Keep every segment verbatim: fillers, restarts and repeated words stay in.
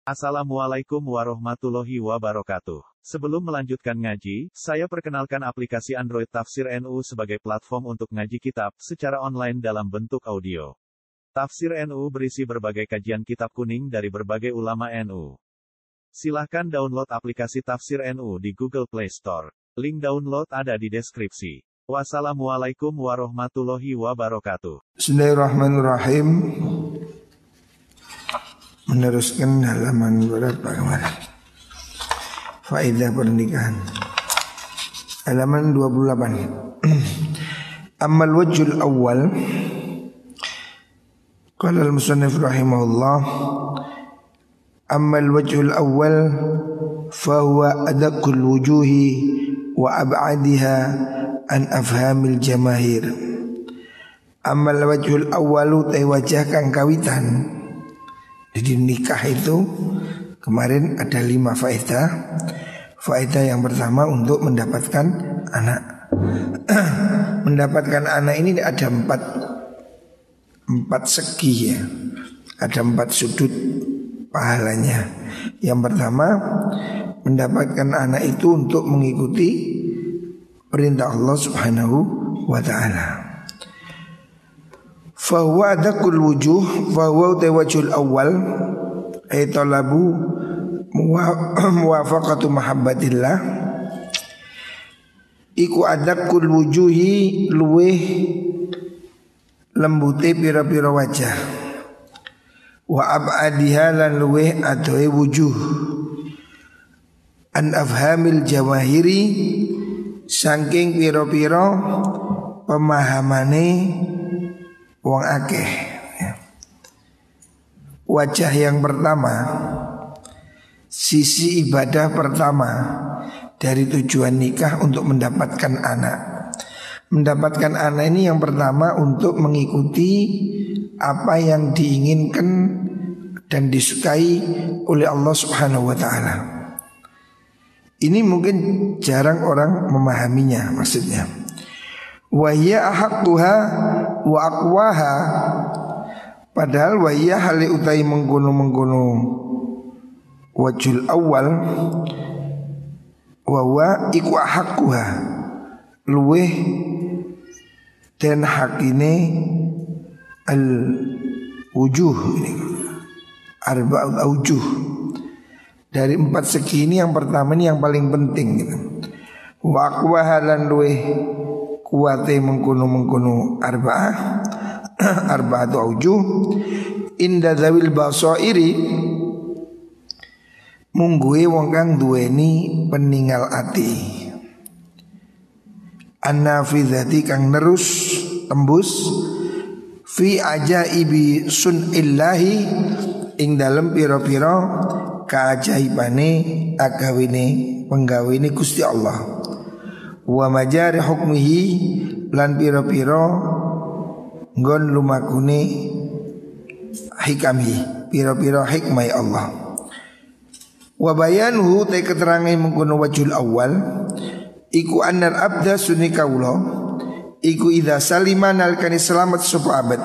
Assalamualaikum warahmatullahi wabarakatuh. Sebelum melanjutkan ngaji, saya perkenalkan aplikasi Android Tafsir N U sebagai platform untuk ngaji kitab secara online dalam bentuk audio. Tafsir N U berisi berbagai kajian kitab kuning dari berbagai ulama N U. Silahkan download aplikasi Tafsir N U di Google Play Store. Link download ada di deskripsi. Wassalamualaikum warahmatullahi wabarakatuh. Bismillahirrahmanirrahim. Meneruskan halaman berapa kemarin? Faedah pernikahan. Halaman dua puluh delapan. Ammal wajhul awal. Qala al-musannif rahimahullah. Ammal wajhul awal fahuwa adaqul wujuhi wa ab'adiha an afhamil jamahir. Ammal wajhul awalu tay wajah kang kawitan. Jadi nikah itu kemarin ada lima faedah. Faedah yang pertama untuk mendapatkan anak. Mendapatkan anak ini ada empat empat segi ya. Ada empat sudut pahalanya. Yang pertama, mendapatkan anak itu untuk mengikuti perintah Allah Subhanahu wa ta'ala. Fahuwa adakul wujuh, fahuwa tewajul awal, ay talabu muwafaqatu mahabbatillah. Iku adakul wujuhi luweh lembute pira-pira wajah, wa ab'adiha lan luweh adoe wujuh, an afhamil jawahiri saking pira-pira pemahamane wong akeh. Wajah yang pertama, sisi ibadah pertama dari tujuan nikah untuk mendapatkan anak. Mendapatkan anak ini yang pertama untuk mengikuti apa yang diinginkan dan disukai oleh Allah Subhanahu wa ta'ala. Ini mungkin jarang orang memahaminya maksudnya. Wa hiya ahaqquha wa aqwaha, padahal wa hiya hali utai mengkono-mengkono wajul awal wa wa iku ahaqquha luweh dan hakine al wujuh ini arba'ut aujuh. Dari empat segi ini yang pertama ini yang paling penting gitu. Wa aqwaha lan luweh kuwate mengkono-mengkono arba'ah arba'atu aujuh inda zawil basairi mungguhe wong kang duweni peninggal ati, an-nafizati kang nerus tembus fi ajaibi sunillahi ing dalem pira-pira kaajaibane agawene penggawene Gusti Allah, wa majari hukmihi lan pira-pira nggon lumakune hikami, pira-pira hikmah Allah. Wa bayanuhu te keterangan mengkono wajul awal iku annal abda sunni kaula iku idza salima nalkani selamat sapa abad.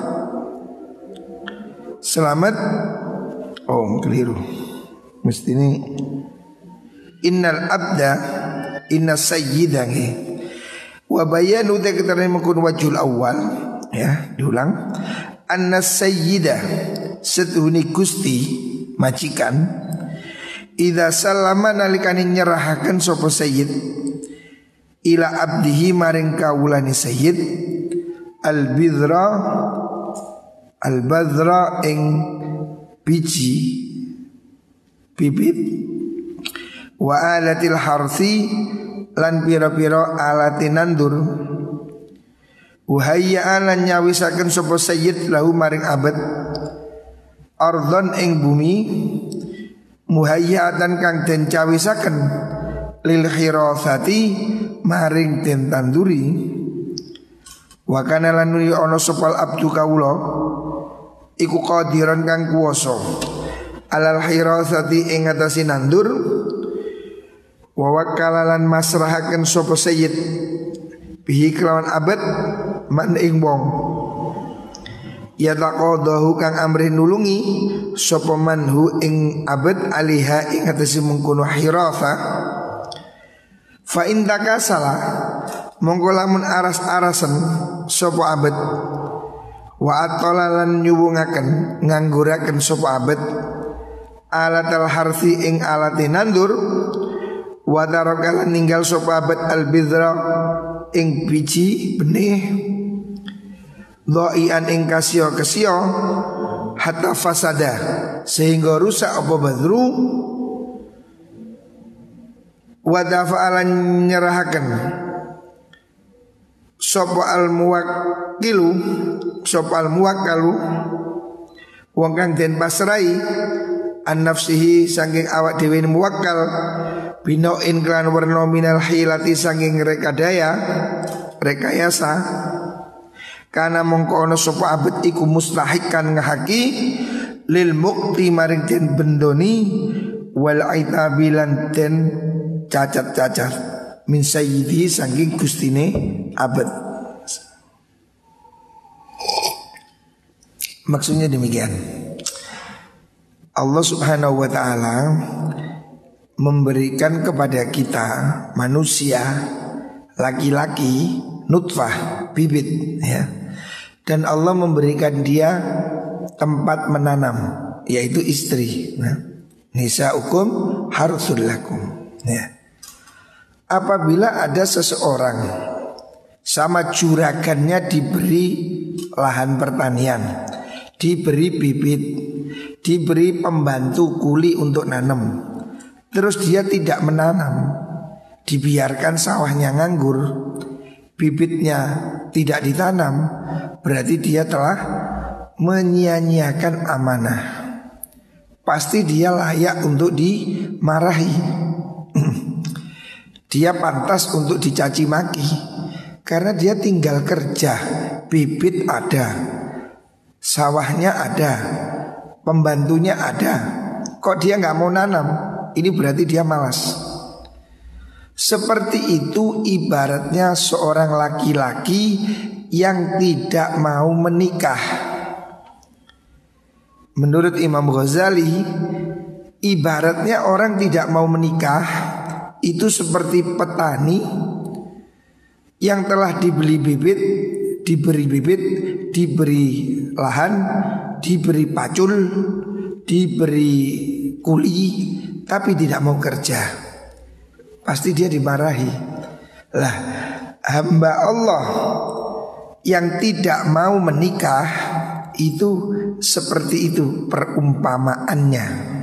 Selamat oh keliru. Mesti ini innal abda inna sayyidah wa bayanu te keterangan mengkono wajul awal ya diulang anna sayyidah setuhuni gusti majikan idza salama nalikane nyerahaken sapa sayyid ila abdihi maring kawulane sayyid al bidra al badra ing biji bibit wa alatil harsi lan pira-pira alati nandur, uhayya lan nyawisaken sapa sayyid lahu maring abad ardhon ing bumi muhayyatan kang den cawisaken lil khirasati maring den tanduri. Wa kana lan ana sapa abdu kawula iku qadiran kang kuwasa alal khirasati ing atase nandur, wa wakalalan masrahaken sapa sayyid bihi kelawan abad man ing wong yataqadahu kang amrih nulungi sapa manhu ing abad aliha ing atase mengkono hirasa. Fa in takasala mongko lamun aras-arasen sapa abad wa atolalan nyuwungaken ngangguraken sapa abad alatal harsi ing alate nandur wa tarakalan ninggal sapa abad albidra ing biji benih dha'ian ing kasya-kasya hatta fasada sehingga rusak apa badru wa dafa'alan nyerahaken sapa al muwakkilu sapa al muwakkalu wong kang den pasrai an nafsihi saking awak dhewe muwakkal binoin klan warna minal hilati saking rekadaya rekayasa kana mongko ana sapa abet iku mustahikan ngahaki lil mukti maring den bendoni wal aitabilan den cacat-cacat min sayyidi saking gustine abad. Maksudnya demikian, Allah subhanahu wa ta'ala memberikan kepada kita manusia laki-laki nutfah bibit ya, dan Allah memberikan dia tempat menanam yaitu istri ya. Nisa'ukum harsul lakum ya. Apabila ada seseorang sama juragannya diberi lahan pertanian, diberi bibit, diberi pembantu kuli untuk nanam, terus dia tidak menanam, dibiarkan sawahnya nganggur, bibitnya tidak ditanam, berarti dia telah menyia-nyiakan amanah. Pasti dia layak untuk dimarahi. Dia pantas untuk dicaci maki karena dia tinggal kerja, bibit ada, sawahnya ada, pembantunya ada, kok dia nggak mau nanam? Ini berarti dia malas. Seperti itu ibaratnya seorang laki-laki yang tidak mau menikah. Menurut Imam Ghazali, ibaratnya orang tidak mau menikah itu seperti petani yang telah dibeli bibit, diberi bibit, diberi lahan, diberi pacul, diberi kuli, tapi tidak mau kerja. Pasti dia dimarahi. Lah, hamba Allah yang tidak mau menikah itu seperti itu perumpamaannya.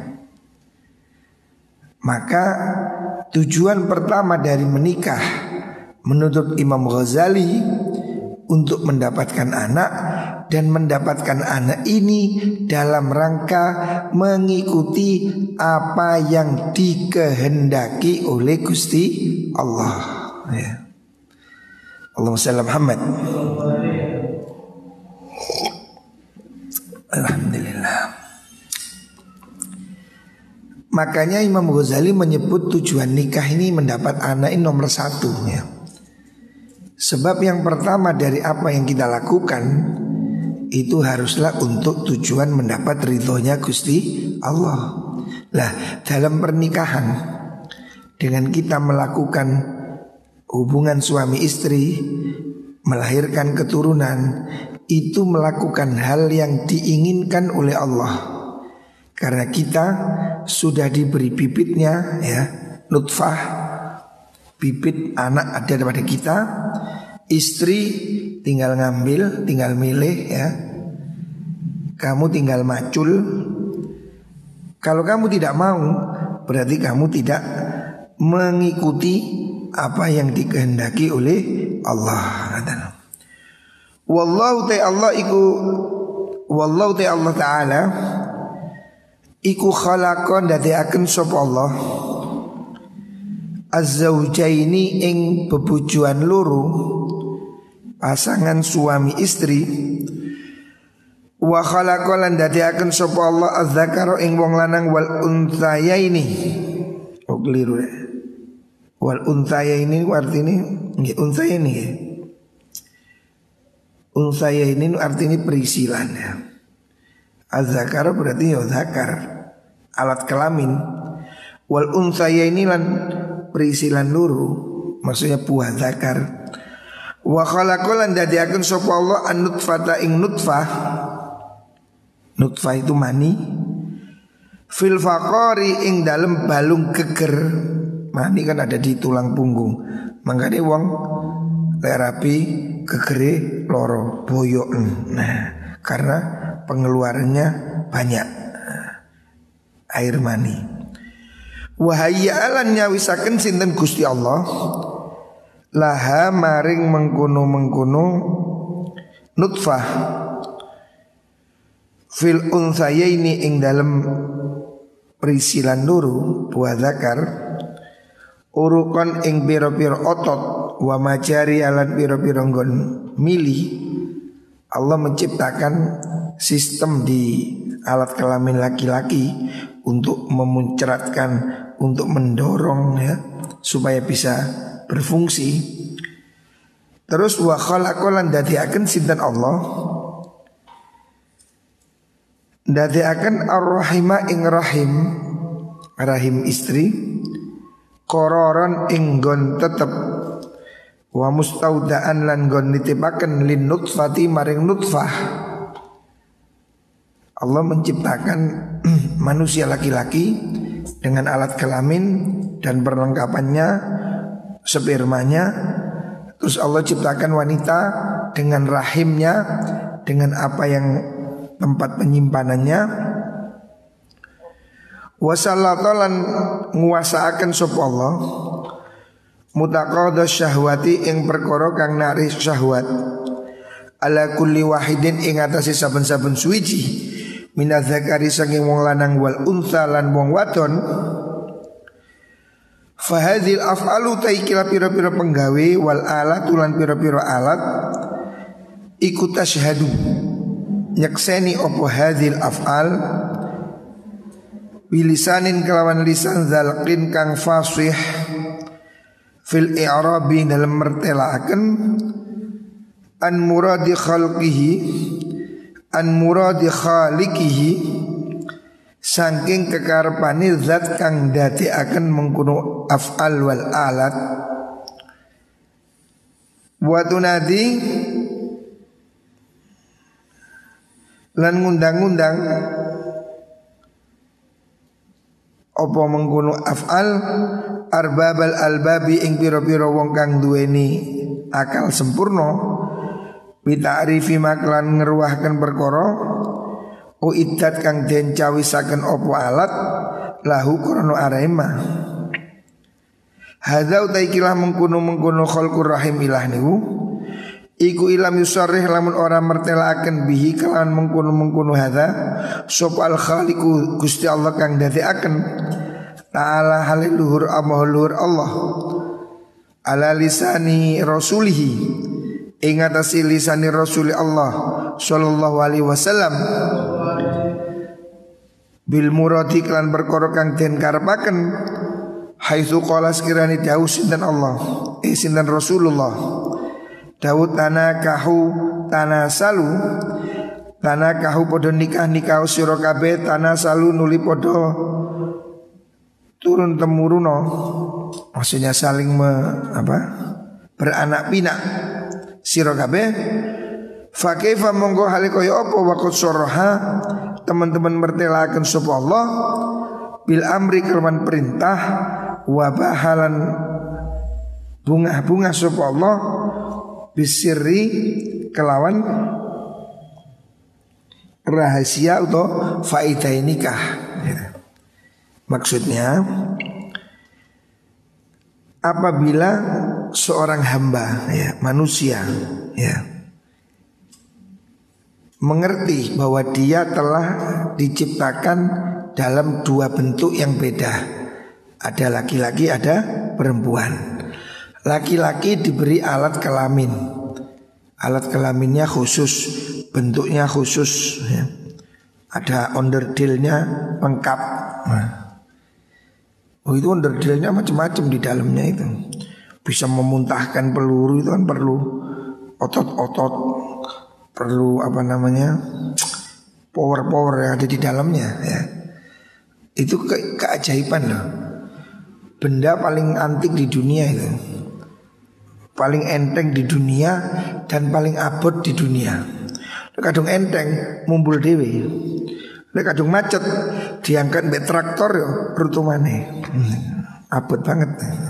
Maka tujuan pertama dari menikah menurut Imam Ghazali untuk mendapatkan anak, dan mendapatkan anak ini dalam rangka mengikuti apa yang dikehendaki oleh Gusti Allah ya. Allahumma shalli ala Muhammad. Alhamdulillah. Makanya Imam Ghazali menyebut tujuan nikah ini mendapat anak ini nomor satu ya. Sebab yang pertama dari apa yang kita lakukan itu haruslah untuk tujuan mendapat ridhonya Gusti Allah. Lah dalam pernikahan dengan kita melakukan hubungan suami istri, melahirkan keturunan, itu melakukan hal yang diinginkan oleh Allah. Karena kita sudah diberi bibitnya ya, nutfah, bibit anak ada pada kita. Istri tinggal ngambil, tinggal milih ya. Kamu tinggal macul. Kalau kamu tidak mau, berarti kamu tidak mengikuti apa yang dikehendaki oleh Allah. Wallahu ta'ala iku wallahu ta'ala ta'ala iku khalaqan dadiaken sapa Allah az-zawjaini ing bebujuan loro, pasangan suami istri. Wa khalaqan dadiaken sapa Allah az-zakara ing wong lanang wal unthayaini. Oh keliru ya. Wal unthayaini artine nggih unthayaini nggih. Unsaya ini artinya perisilan ya. Az-zakar berarti ya zakar, alat kelamin. Wal unsaya ini lan perisilan luru, maksudnya buah zakar. Wa khalaqalan dadiaken sapa Allah an-nutfata ing nutfah. Nutfah itu mani. Fil faqari ing dalem balung geger. Mani kan ada di tulang punggung. Mangkane wong lek rapi gegere loro boyok. Nah, karena pengeluarannya banyak air mani. Wahaya alan nyawisaken sinten Gusti Allah laha maring mengkono-mengkono nutfah fil unsayaini ing dalem perisilan loro buah zakar urukon ing pira-pira otot wa majari alan pira-pira nggon mili. Allah menciptakan sistem di alat kelamin laki-laki untuk memuncratkan, untuk mendorong ya supaya bisa berfungsi. Terus wa khalaqalan dadiaken sinten Allah dadiaken ar-rahima ing rahim, rahim istri qararan ing nggon tetep wa mustaudaan lan nggon nitipaken lin nutfati maring nutfah. Allah menciptakan manusia laki-laki dengan alat kelamin dan perlengkapannya, spermanya. Terus Allah ciptakan wanita dengan rahimnya, dengan apa yang tempat penyimpanannya. Wasallatalan nguasaaken sapa Allah mutaqaddas syahwati ing perkara kang nari syahwat ala kulli wahidin ing atase saben-saben suwiji minadzakari saking wong lanang wal untha lan wong wadon. Fahadhil af'alu taikila pira-pira penggawe wal alat ulan pira-pira alat iku tasyhadu nyekseni opo hadhil af'al bilisanin kelawan lisan zalqin kang fasih fil i'rabi dalam mertelaaken an muradi khalqihi an muradi khaliqihi saking kekarepane zat kang dadekaken mengkono af'al wal alat. Wa tunadi lan ngundang-undang apa mengkono af'al arbabal albabi ing pira-pira wong kang duweni akal sempurna bita'rifi maklan ngeruahkan perkara uiddat kang den cawisaken apa alat lahu krono arema. Hadza utaikilah mengkono-mengkono khalqur rahim ilah niku iku ilam yusarrih lamun ora mertelaaken bihi kelawan mengkono-mengkono hadza sop al khaliqu Gusti Allah kang dadekaken ta'ala haliluhur amahulur Allah ala lisani rasulihi ing atase lisani rasul Allah sallallahu alaihi wasallam bil muradi lan perkara kang den karepaken haitsu qala sekirani dawuh sinten Allah eh sinten Rasulullah Dawud tanakahu tanasalu tanakahu podo nikah nikah sira kabeh tanasalu nuli podo turun temuruno maksudnya saling me, apa beranak pinak sira kabeh fa kaifa monggo hale kaya apa waqt soroha teman-teman mertelaken sapa Allah bil amri kelawan perintah wa bahalan bunga-bunga sapa Allah bisirri kelawan rahasia atau faidah nikah ya. Maksudnya apabila seorang hamba ya manusia ya mengerti bahwa dia telah diciptakan dalam dua bentuk yang beda, ada laki-laki ada perempuan. Laki-laki diberi alat kelamin, alat kelaminnya khusus, bentuknya khusus ya. Ada onderdilnya lengkap. Nah. Oh itu onderdilnya macam-macam di dalamnya itu. Bisa memuntahkan peluru itu kan perlu otot-otot, perlu apa namanya power-power yang ada di dalamnya ya. Itu ke keajaiban loh. Benda paling antik di dunia itu, paling enteng di dunia dan paling abot di dunia. Kadung enteng mumbul dewi, kadung macet diangkat mbek traktor yo rutumane. Hmm, abot banget.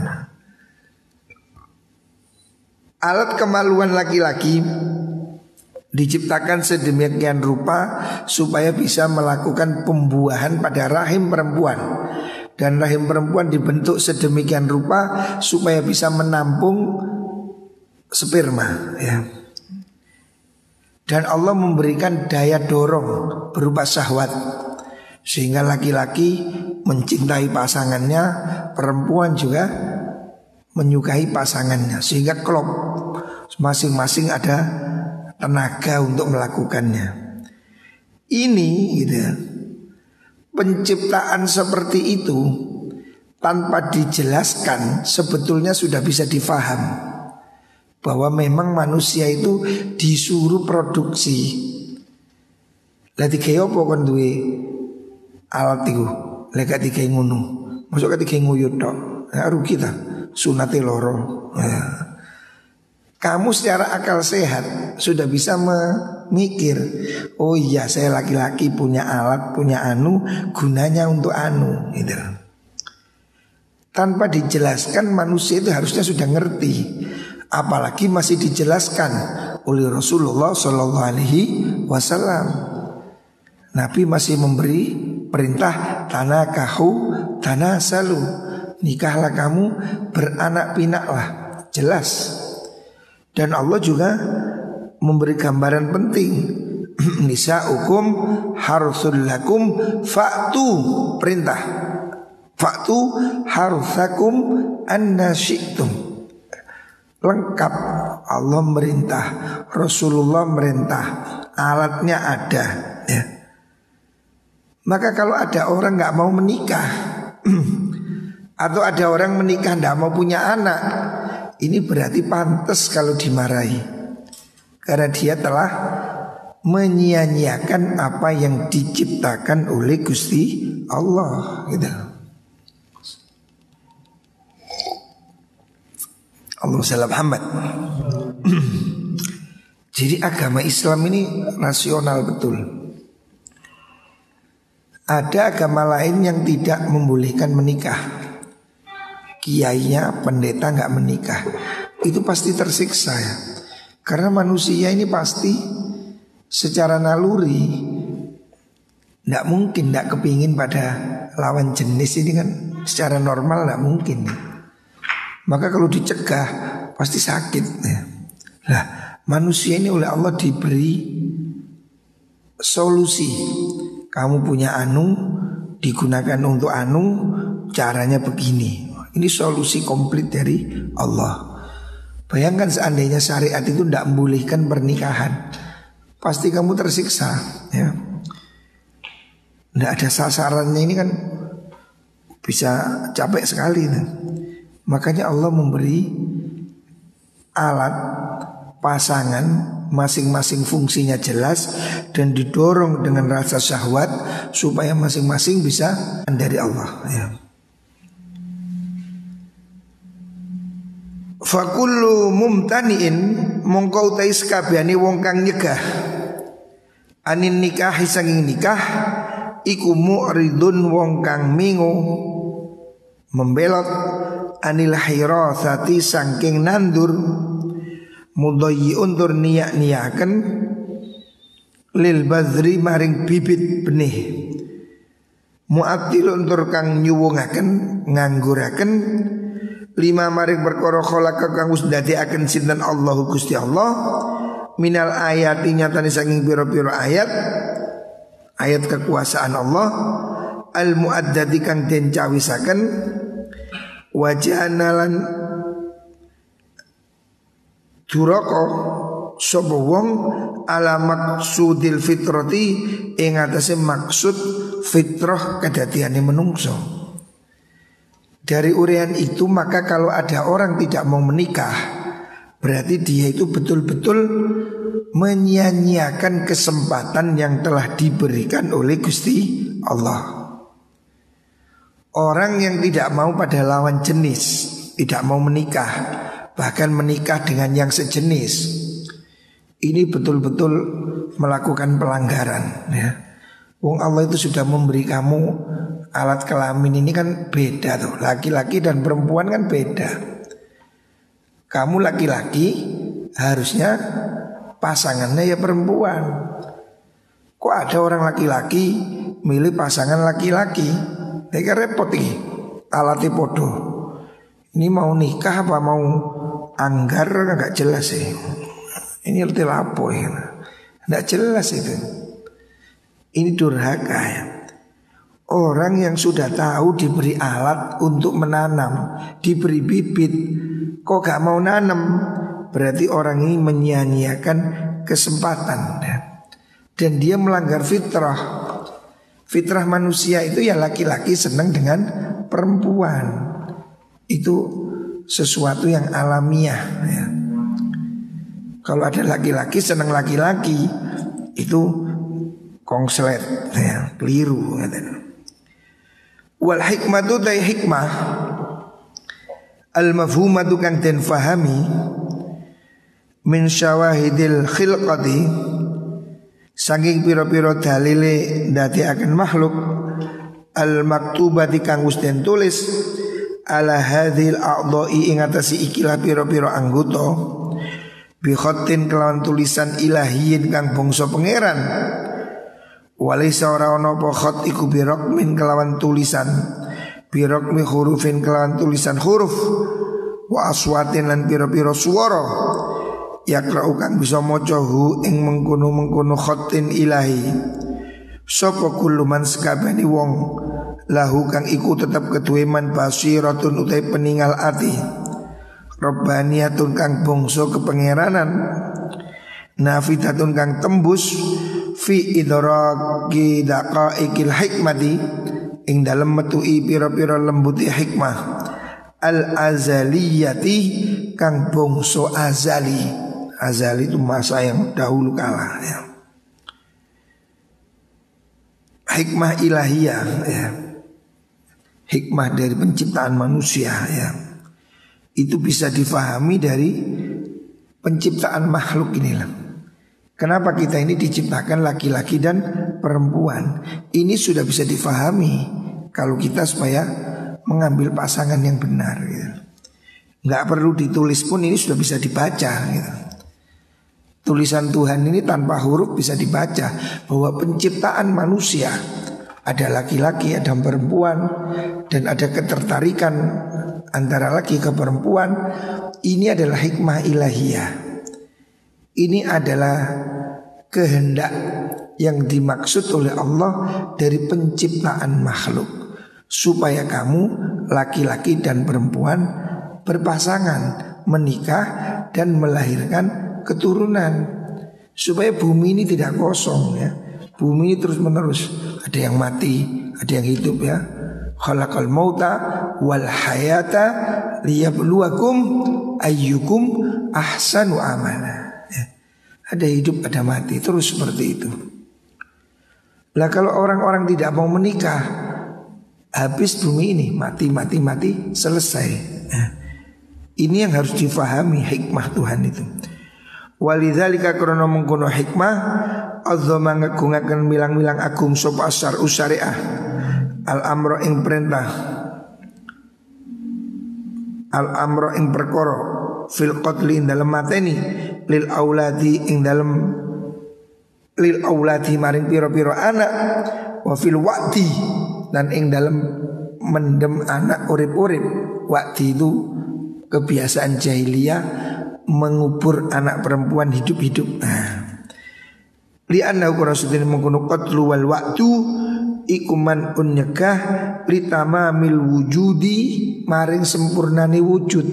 Alat kemaluan laki-laki diciptakan sedemikian rupa supaya bisa melakukan pembuahan pada rahim perempuan. Dan rahim perempuan dibentuk sedemikian rupa supaya bisa menampung sperma ya. Dan Allah memberikan daya dorong berupa syahwat sehingga laki-laki mencintai pasangannya, perempuan juga menyukai pasangannya, sehingga klop masing-masing ada tenaga untuk melakukannya. Ini gitu ya. Penciptaan seperti itu tanpa dijelaskan sebetulnya sudah bisa difaham bahwa memang manusia itu disuruh produksi. Lah dikei apa kon duwe alat iku? Lek gak dikei ngono. Mosok gak dikei nguyut tok. Ya rugi ta. Sunate loro. Ya. Kamu secara akal sehat sudah bisa memikir, oh iya saya laki-laki punya alat, punya anu, gunanya untuk anu gitu. Tanpa dijelaskan manusia itu harusnya sudah ngerti. Apalagi masih dijelaskan oleh Rasulullah Shallallahu Alaihi Wasallam. Nabi masih memberi perintah tanakahu tanasalu, nikahlah kamu, beranak pinaklah, jelas. Dan Allah juga memberi gambaran penting. Nisa'ukum harsul lakum fa'tu, perintah. Fa'tu harsakum anna syi'tum. Lengkap. Allah merintah, Rasulullah merintah, alatnya ada ya. Maka kalau ada orang gak mau menikah atau ada orang menikah gak mau punya anak, ini berarti pantas kalau dimarahi, karena dia telah menyia-nyiakan apa yang diciptakan oleh Gusti Allah gitu. Allahumma shalli ala Muhammad. Jadi agama Islam ini rasional betul. Ada agama lain yang tidak membolehkan menikah. Kiainya, pendeta nggak menikah, itu pasti tersiksa ya. Karena manusia ini pasti secara naluri nggak mungkin nggak kepingin pada lawan jenis ini kan, secara normal nggak mungkin. Maka kalau dicegah pasti sakit ya. Nah, manusia ini oleh Allah diberi solusi. Kamu punya anu, digunakan untuk anu, caranya begini. Ini solusi komplit dari Allah. Bayangkan seandainya syariat itu tidak membolehkan pernikahan, pasti kamu tersiksa ya. Tidak ada sasarannya ini kan bisa capek sekali nah. Makanya Allah memberi alat pasangan, masing-masing fungsinya jelas dan didorong dengan rasa syahwat supaya masing-masing bisa dari Allah ya. Fakullu mumtaniin mongkau tais kabehane wong kang nyegah anin nikah sanging nikah iku mu'ridun wong kang mingu membelot anil hirasati saking nandur mudayyi'un tur niyak-niyaken lil bazri maring bibit benih mu'attilun tur kang nyuwungaken ngangguraken lima maring perkara khalaqa kang wis ndadekaken sinten Allahu Gusti Allah minal ayati nyatane saking pira-pira ayat ayat kekuasaan Allah al muaddadi kang den cawisaken wajanalan duraka sapa wong ala maksudil fitrati ing atase maksud fitrah kedadiane menungso. Dari uraian itu maka kalau ada orang tidak mau menikah, berarti dia itu betul-betul menyia-nyiakan kesempatan yang telah diberikan oleh Gusti Allah. Orang yang tidak mau pada lawan jenis, tidak mau menikah, bahkan menikah dengan yang sejenis, ini betul-betul melakukan pelanggaran ya. Wong Allah itu sudah memberi kamu alat kelamin, ini kan beda tuh. Laki-laki dan perempuan kan beda. Kamu laki-laki harusnya pasangannya ya perempuan. Kok ada orang laki-laki milih pasangan laki-laki? Mereka repot nih, alatnya podo. Ini mau nikah apa mau anggar gak jelas sih. Ini arti lapo ya, gak jelas itu. Ini durhaka ya. Orang yang sudah tahu diberi alat untuk menanam, diberi bibit, kok gak mau nanam, berarti orang ini menyia-nyiakan kesempatan ya. Dan dia melanggar fitrah. Fitrah manusia itu ya laki-laki senang dengan perempuan. Itu sesuatu yang alamiah ya. Kalau ada laki-laki senang laki-laki, itu kongslet ya, keliru ya. Wal hikmatu tay hikmah al mafhumatu kang den fahami min syawahidil khilqati, saking pira-pira dalile ndadekaken makhluk al maktubati kang wis den tulis ala hadhil a'dha'i ing atase ikilah pira-pira anggota bi khatin kelawan tulisan ilahiyin kang bangsa pangeran. Walaysa ora ana apa khat iku bi raqmin kelawan tulisan, bi raqmi hurufin kelawan tulisan huruf, wa aswatin lan pira-pira swara yakra'u kang bisa maca hu ing mengkono-mengkono khatin ilahi. Sapa kullu man sakabehane wong lahu kang iku tetep keduwe man basiratun utai peninggal ati, rabbaniyatun kang bangsa kepangeranan, nafidatun kang tembus fi idraki daqaiqil hikmati ing dalem metuhi pira-pira lembuti hikmah al azaliyati kang bangsa azali. Azali itu masa yang dahulu kala ya. Hikmah ilahiyah ya. Hikmah dari penciptaan manusia ya. Itu bisa difahami dari penciptaan makhluk inilah. Kenapa kita ini diciptakan laki-laki dan perempuan? Ini sudah bisa difahami kalau kita supaya mengambil pasangan yang benar gitu. Nggak perlu ditulis pun ini sudah bisa dibaca gitu. Tulisan Tuhan ini tanpa huruf bisa dibaca bahwa penciptaan manusia ada laki-laki, ada perempuan, dan ada ketertarikan antara laki ke perempuan. Ini adalah hikmah ilahiyah. Ini adalah kehendak yang dimaksud oleh Allah dari penciptaan makhluk, supaya kamu laki-laki dan perempuan berpasangan, menikah dan melahirkan keturunan, supaya bumi ini tidak kosong ya. Bumi ini terus menerus, ada yang mati, ada yang hidup ya. Khalaqal mauta wal hayata liyabluwakum ayyukum ahsanu amala. Ada hidup, ada mati, terus seperti itu. Lah kalau orang-orang tidak mau menikah, habis bumi ini, mati, mati, mati, selesai. Nah, ini yang harus difahami hikmah Tuhan itu. Walidzalika karena mengkono hikmah, azzama ngagungaken milang-milang agung sapa asar usyariah, al amro ing perintah, al amro ing perkara, fil qatli ing dalem mateni, lil auladi ing dalem lil auladi maring pira-pira anak, wa fil waqti dan ing dalem mendem anak urip-urip. Waqti itu kebiasaan jahiliyah mengubur anak perempuan hidup-hidup. Nah, li anna rasulullah mengkono qatlu wal waqtu iku man unyekah li tamamil wujudi maring sempurnane wujud.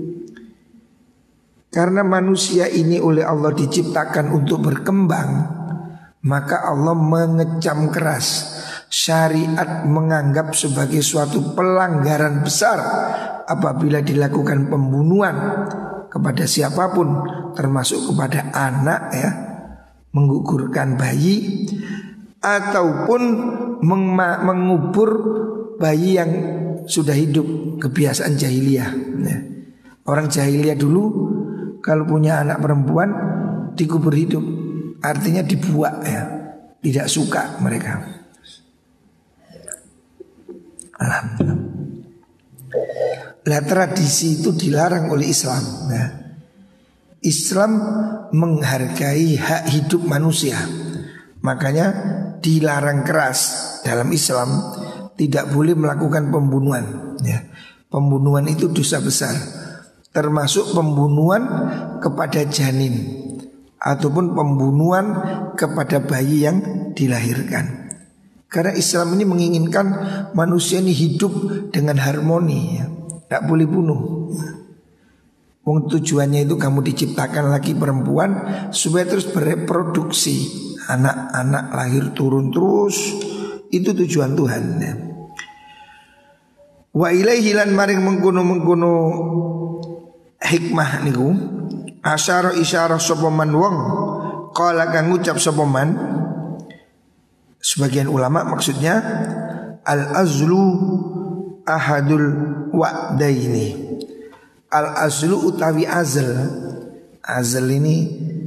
Karena manusia ini oleh Allah diciptakan untuk berkembang, maka Allah mengecam keras syariat, menganggap sebagai suatu pelanggaran besar apabila dilakukan pembunuhan kepada siapapun, termasuk kepada anak ya, menggugurkan bayi ataupun meng- mengubur bayi yang sudah hidup, kebiasaan jahiliyah. Ya. Orang jahiliyah dulu kalau punya anak perempuan dikubur hidup, artinya dibuak ya, tidak suka mereka. Alhamdulillah. Lah tradisi itu dilarang oleh Islam. Ya. Islam menghargai hak hidup manusia, makanya dilarang keras dalam Islam, tidak boleh melakukan pembunuhan. Ya. Pembunuhan itu dosa besar, termasuk pembunuhan kepada janin ataupun pembunuhan kepada bayi yang dilahirkan. Karena Islam ini menginginkan manusia ini hidup dengan harmoni, ya. Tidak boleh bunuh. Wong tujuannya itu kamu diciptakan lagi perempuan supaya terus bereproduksi, anak-anak lahir turun terus. Itu tujuan Tuhan, ya. Wa ilaihi lan maring mengkono-mengkono hikmah niku asyara isyarah sapa man wong qala kang ngucap sapa man, sebagian ulama maksudnya al azlu ahadul wa'daini. Al azlu utawi azl, azl ini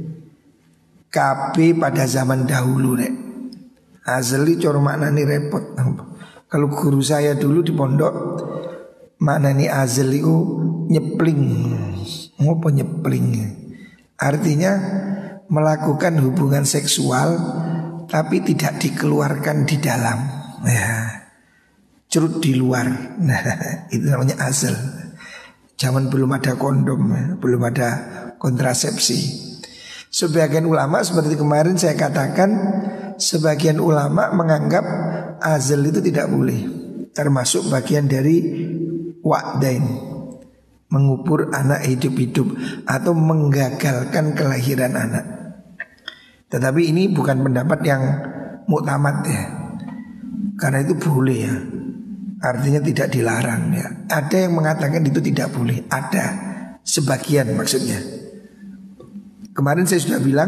kabeh pada zaman dahulu rek. Azl iki cara maknane repot. Kalau guru saya dulu di pondok maknane azl itu nyepling. Ngopo nyepling? Artinya melakukan hubungan seksual tapi tidak dikeluarkan di dalam. Ya. Cerut di luar. Nah, itu namanya azl. Zaman belum ada kondom, ya, belum ada kontrasepsi. Sebagian ulama seperti kemarin saya katakan, sebagian ulama menganggap azl itu tidak boleh, termasuk bagian dari wa'dain, mengubur anak hidup-hidup atau menggagalkan kelahiran anak. Tetapi ini bukan pendapat yang muktamad ya, karena itu boleh ya. Artinya tidak dilarang ya. Ada yang mengatakan itu tidak boleh. Ada sebagian maksudnya. Kemarin saya sudah bilang,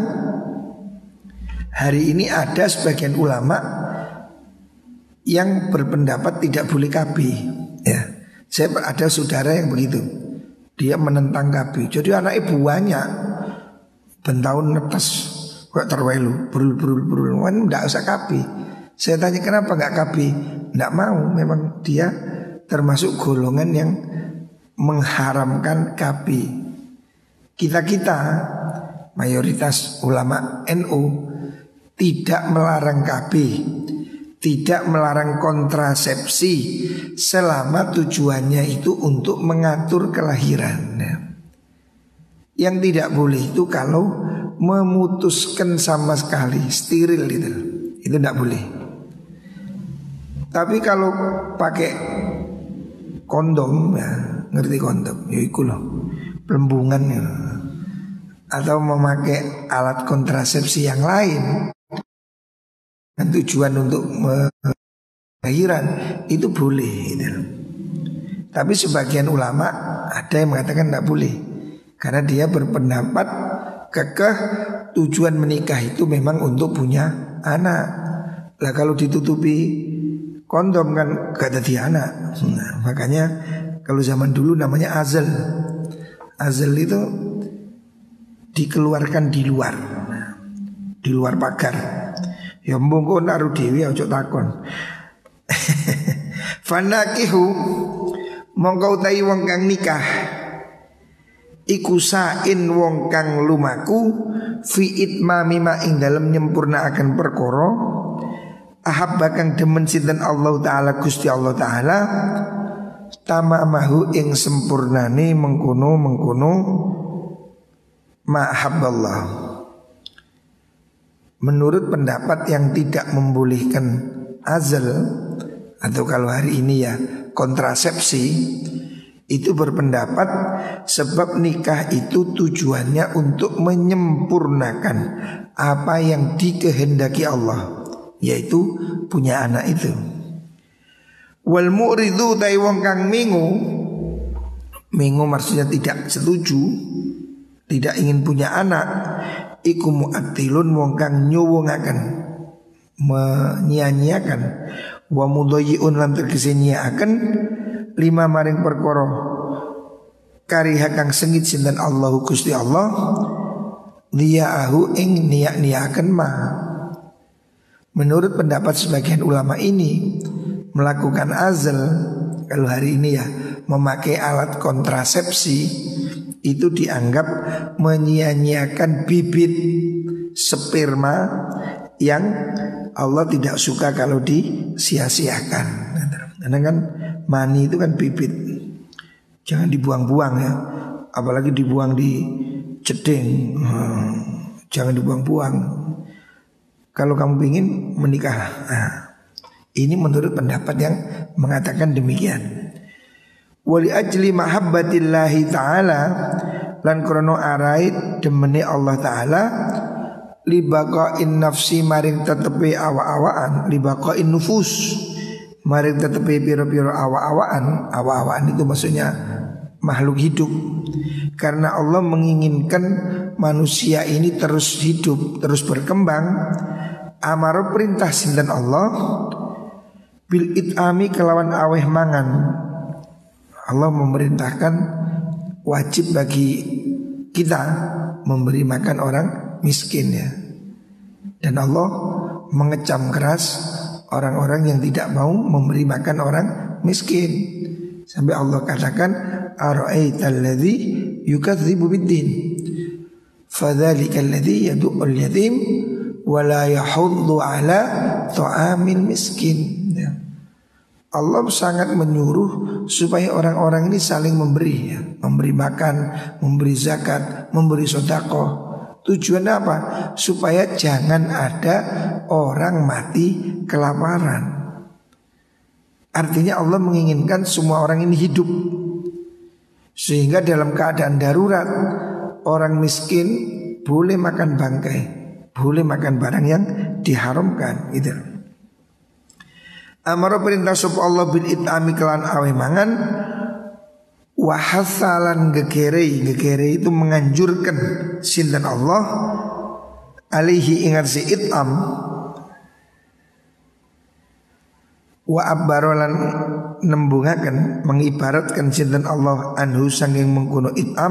hari ini ada sebagian ulama yang berpendapat tidak boleh K B ya. Saya ada saudara yang begitu, dia menentang K B. Jadi anaknya banyak, bentahun netes kok terwelu, berul-berul-berul, kan tidak usah K B. Saya tanya kenapa nggak K B? Nggak mau, memang dia termasuk golongan yang mengharamkan K B. Kita-kita mayoritas ulama N U tidak melarang K B, tidak melarang kontrasepsi selama tujuannya itu untuk mengatur kelahiran. Yang tidak boleh itu kalau memutuskan sama sekali, steril itu, itu tidak boleh. Tapi kalau pakai kondom, ya, ngerti kondom, ya itu loh, pelembungan ya, atau memakai alat kontrasepsi yang lain dan tujuan untuk kelahiran itu boleh gitu. Tapi sebagian ulama ada yang mengatakan tidak boleh, karena dia berpendapat kekeh tujuan menikah itu memang untuk punya anak. Lah kalau ditutupi kondom kan gak jadi anak. Nah, makanya kalau zaman dulu namanya azl. Azl itu dikeluarkan di luar, di luar pagar. Ya mbongko naruh dewi ojo takon. Fanakihu mongko utahi wong kang nikah iku sain wong kang lumaku fi itmami ma ing dalem nyempurnaaken perkara ahabba kang demen sinten Allah taala Gusti Allah taala tamamahu ing sempurnane mengkono-mengkono mahabballah. Menurut pendapat yang tidak membolehkan azal atau kalau hari ini ya kontrasepsi, itu berpendapat sebab nikah itu tujuannya untuk menyempurnakan apa yang dikehendaki Allah, yaitu punya anak itu. Wal mu'ridu tai wong kang mingu, mingu maksudnya tidak setuju, tidak ingin punya anak, iku mu'attilun wong kang nyuwungaken, menyia-nyiakan, wa mudayyi'un lan tegese nyiaken lima maring perkara kariha kang sengit sinten Allahu Gusti Allah liya'ahu ing niyak-niyaken ma. Menurut pendapat sebagian ulama ini, melakukan azal kalau hari ini ya memakai alat kontrasepsi itu dianggap menyia-nyiakan bibit sperma yang Allah tidak suka kalau disia-siakan. Karena kan mani itu kan bibit, jangan dibuang-buang ya, apalagi dibuang di jeding, hmm, jangan dibuang-buang. Kalau kamu ingin menikah, nah, ini menurut pendapat yang mengatakan demikian. Wali ajli mahabbatillahi ta'ala lan krono arait demene Allah ta'ala libaqain nafsi maring tetepi awa-awaan, libaqain nufus maring tetepi piro-piro awa-awaan. Awa-awaan itu maksudnya makhluk hidup. Karena Allah menginginkan manusia ini terus hidup, terus berkembang. Amaro perintah sinten Allah bil it'ami kelawan aweh mangan. Allah memerintahkan wajib bagi kita memberi makan orang miskin ya. Dan Allah mengecam keras orang-orang yang tidak mau memberi makan orang miskin. Sampai Allah katakan ara'aital ladzi yukadzibu biddin fadzalikal ladzi yad'ul yatim wa la yahuddu ala ta'amil miskin. Ya. Allah sangat menyuruh supaya orang-orang ini saling memberi ya. Memberi makan, memberi zakat, memberi sedekah. Tujuannya apa? Supaya jangan ada orang mati kelaparan. Artinya Allah menginginkan semua orang ini hidup. Sehingga dalam keadaan darurat orang miskin boleh makan bangkai, boleh makan barang yang diharamkan gitu. Amara perintah sapa Allah bil it'ami kelan awe mangan wa hasalan gegerei. Gegerei itu menganjurkan sinten Allah alaihi ingat si it'am wa abbarolan nembungaken mengibaratkan sinten Allah anhu sanging mengkono it'am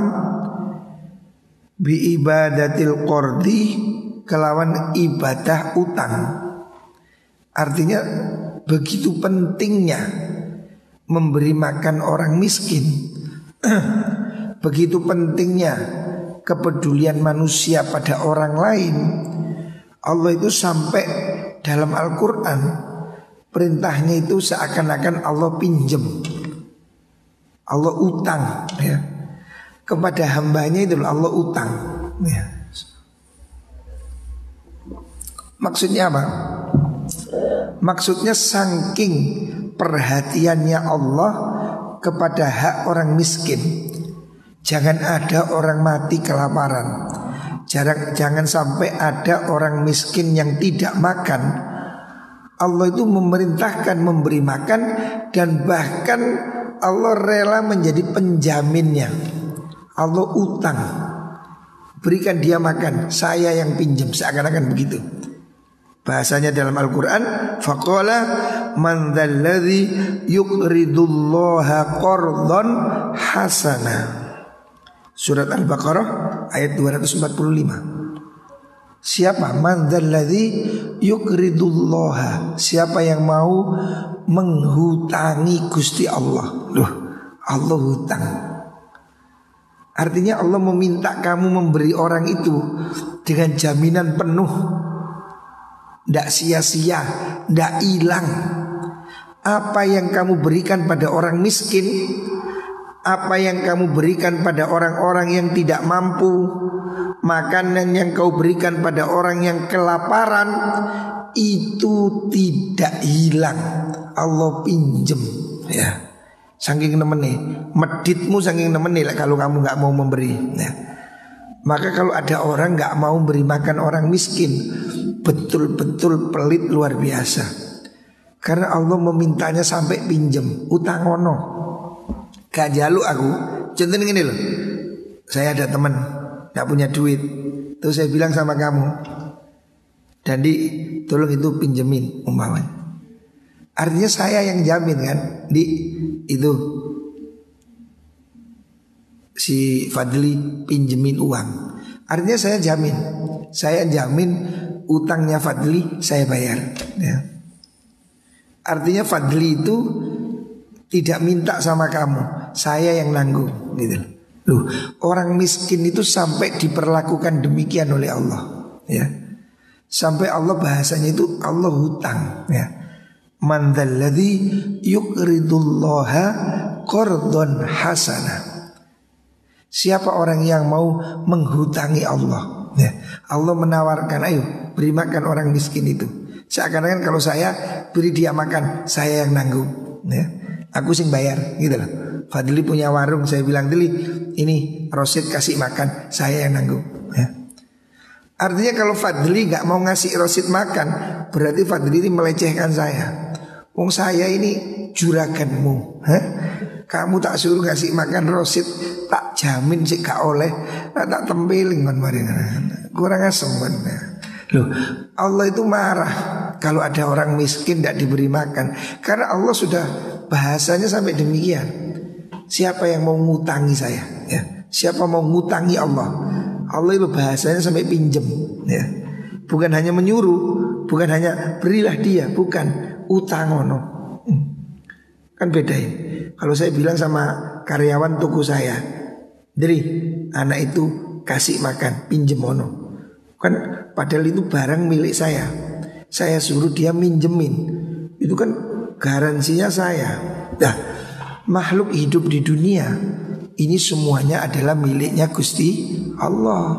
bi ibadatil qardi kelawan ibadah utang. Artinya begitu pentingnya memberi makan orang miskin, begitu pentingnya kepedulian manusia pada orang lain. Allah itu sampai dalam Al-Quran perintahnya itu seakan-akan Allah pinjem, Allah utang ya. Kepada hambanya itu Allah utang ya. Maksudnya apa? Maksudnya saking perhatiannya Allah kepada hak orang miskin, jangan ada orang mati kelaparan. Jangan, jangan sampai ada orang miskin yang tidak makan. Allah itu memerintahkan memberi makan. Dan bahkan Allah rela menjadi penjaminnya. Allah utang, berikan dia makan, saya yang pinjam, seakan-akan begitu. Bahasanya dalam Al-Quran, faqala man dzalladzi yuqridullaha qardan hasana. Surat Al-Baqarah ayat dua ratus empat puluh lima. Siapa? Man dzalladzi yuqridullaha. Siapa yang mau menghutangi Gusti Allah. Loh, Allah hutang. Artinya Allah meminta kamu memberi orang itu dengan jaminan penuh, tidak sia-sia, tidak hilang. Apa yang kamu berikan pada orang miskin, apa yang kamu berikan pada orang-orang yang tidak mampu, makanan yang kau berikan pada orang yang kelaparan, itu tidak hilang. Allah pinjem ya. Saking nemeni, meditmu saking nemeni lah kalau kamu nggak mau memberi ya. Maka kalau ada orang nggak mau beri makan orang miskin, betul-betul pelit luar biasa. Karena Allah memintanya sampai pinjem, utang ono. Gak jaluk aku. Contohnya gini loh, saya ada teman nggak punya duit, Terus saya bilang sama kamu, dan di tolong itu pinjemin umpamanya. Artinya saya yang jamin kan, di itu si Fadli pinjemin uang. Artinya saya jamin, saya jamin utangnya Fadli saya bayar. Ya. Artinya Fadli itu tidak minta sama kamu, saya yang nanggung. Gitu. Loh, orang miskin itu sampai diperlakukan demikian oleh Allah. Ya, sampai Allah bahasanya itu Allah hutang. Ya. Man dzalladzi yuqridullaha qardhan hasana. Siapa orang yang mau menghutangi Allah? Ya. Allah menawarkan, ayo beri makan orang miskin itu. Seakan-akan kalau saya beri dia makan, saya yang nanggung. Ya. Aku sing bayar, gitu loh. Fadli punya warung, saya bilang Dili, ini Rosid kasih makan, saya yang nanggung. Ya. Artinya kalau Fadli gak mau ngasih Rosid makan, berarti Fadli ini melecehkan saya. Wong saya ini juraganmu, ha? Kamu tak suruh ngasih makan Rosid, tak jamin sih gak oleh, tak, tak tempeling kan mari. Kurang asem kan. Loh, Allah itu marah kalau ada orang miskin tidak diberi makan, karena Allah sudah bahasanya sampai demikian. Siapa yang mau ngutangi saya? Ya. Siapa mau ngutangi Allah? Allah itu bahasanya sampai pinjem. Ya. Bukan hanya menyuruh, bukan hanya berilah dia, bukan utangono. Hmm. Kan beda ya. Kalau saya bilang sama karyawan toko saya, Dri, anak itu kasih makan, pinjem mono. Kan padahal itu barang milik saya. Saya suruh dia minjemin. Itu kan garansinya saya. Nah, makhluk hidup di dunia ini semuanya adalah miliknya Gusti Allah.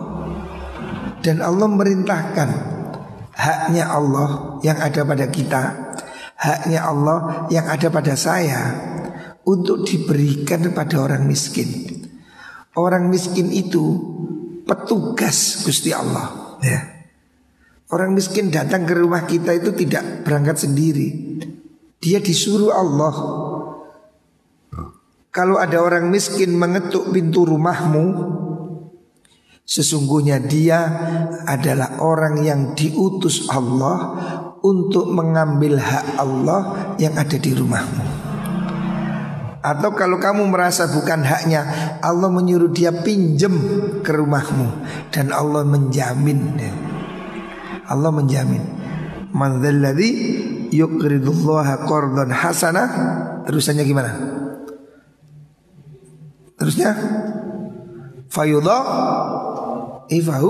Dan Allah merintahkan haknya Allah yang ada pada kita, haknya Allah yang ada pada saya untuk diberikan kepada orang miskin. Orang miskin itu petugas Gusti Allah, ya. Orang miskin datang ke rumah kita itu tidak berangkat sendiri. Dia disuruh Allah. Kalau ada orang miskin mengetuk pintu rumahmu, sesungguhnya dia adalah orang yang diutus Allah untuk mengambil hak Allah yang ada di rumahmu. Atau kalau kamu merasa bukan haknya, Allah menyuruh dia pinjem ke rumahmu, dan Allah menjamin. Allah menjamin. Man dzalladzi yuqridullaha qardhan hasanah. Terusannya gimana? Terusnya fayudha ifahu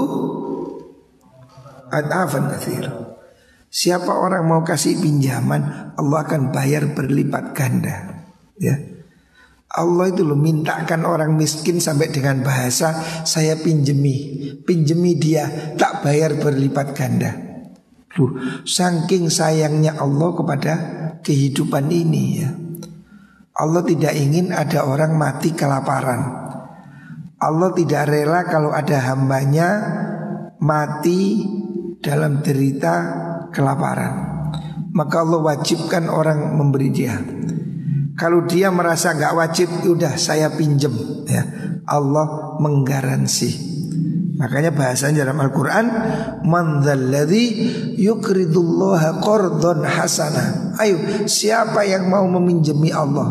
ad'afan katsir. Siapa orang mau kasih pinjaman, Allah akan bayar berlipat ganda. Ya. Allah itu loh mintakan orang miskin sampai dengan bahasa saya pinjemi, pinjemi dia tak bayar berlipat ganda. Loh, saking sayangnya Allah kepada kehidupan ini ya. Allah tidak ingin ada orang mati kelaparan. Allah tidak rela kalau ada hambanya mati dalam derita kelaparan. Maka Allah wajibkan orang memberi dia. Kalau dia merasa gak wajib, udah saya pinjem ya. Allah menggaransi. Makanya bahasanya dalam Al-Quran, man dzalladzi yuqridullaha qardhan hasanah. Ayo, siapa yang mau meminjami Allah?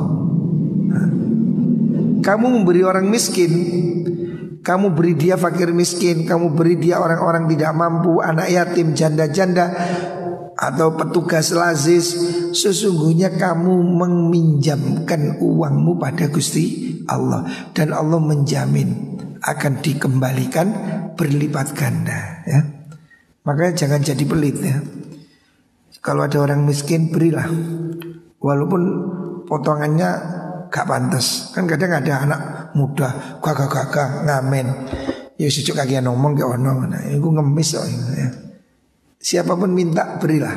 Kamu memberi orang miskin, kamu beri dia fakir miskin, kamu beri dia orang-orang tidak mampu, anak yatim, janda-janda, atau petugas lazis, sesungguhnya kamu meminjamkan uangmu pada Gusti Allah, dan Allah menjamin akan dikembalikan berlipat ganda ya. Makanya jangan jadi pelit ya. Kalau ada orang miskin berilah, walaupun potongannya gak pantas. Kan kadang ada anak muda gagah-gagah ngamen, ya sejuk kagian ngomong ke ono, nah iku ngemis kok ya. Siapapun minta berilah.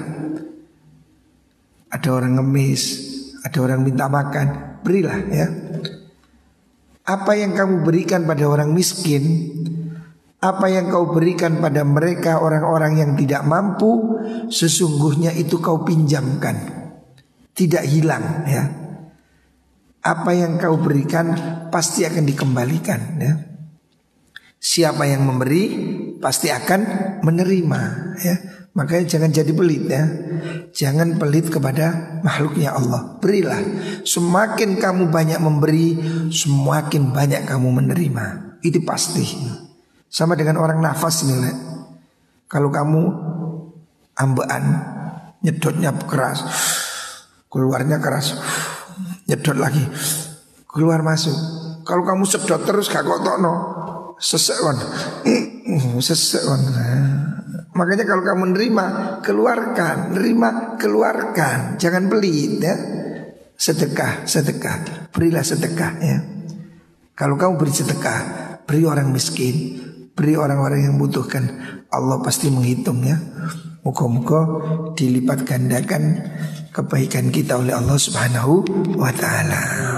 Ada orang ngemis, ada orang minta makan, berilah ya. Apa yang kamu berikan pada orang miskin, apa yang kau berikan pada mereka orang-orang yang tidak mampu, sesungguhnya itu kau pinjamkan, tidak hilang ya. Apa yang kau berikan pasti akan dikembalikan ya. Siapa yang memberi pasti akan menerima ya. Makanya jangan jadi pelit ya. Jangan pelit kepada makhluknya Allah. Berilah. Semakin kamu banyak memberi, semakin banyak kamu menerima. Itu pasti. Sama dengan orang nafas nih, Le. Kalau kamu ambean, nyedotnya keras, keluarnya keras, nyedot lagi, keluar masuk. Kalau kamu sedot terus gak kokokno, sesek kon. Sesek kon. Makanya kalau kamu nerima, keluarkan, nerima, keluarkan. Jangan pelit ya. Sedekah, sedekah. Berilah sedekah ya. Kalau kamu beri sedekah, beri orang miskin, beri orang-orang yang membutuhkan, Allah pasti menghitung ya. Moga-moga dilipat gandakan kebaikan kita oleh Allah Subhanahu wa ta'ala.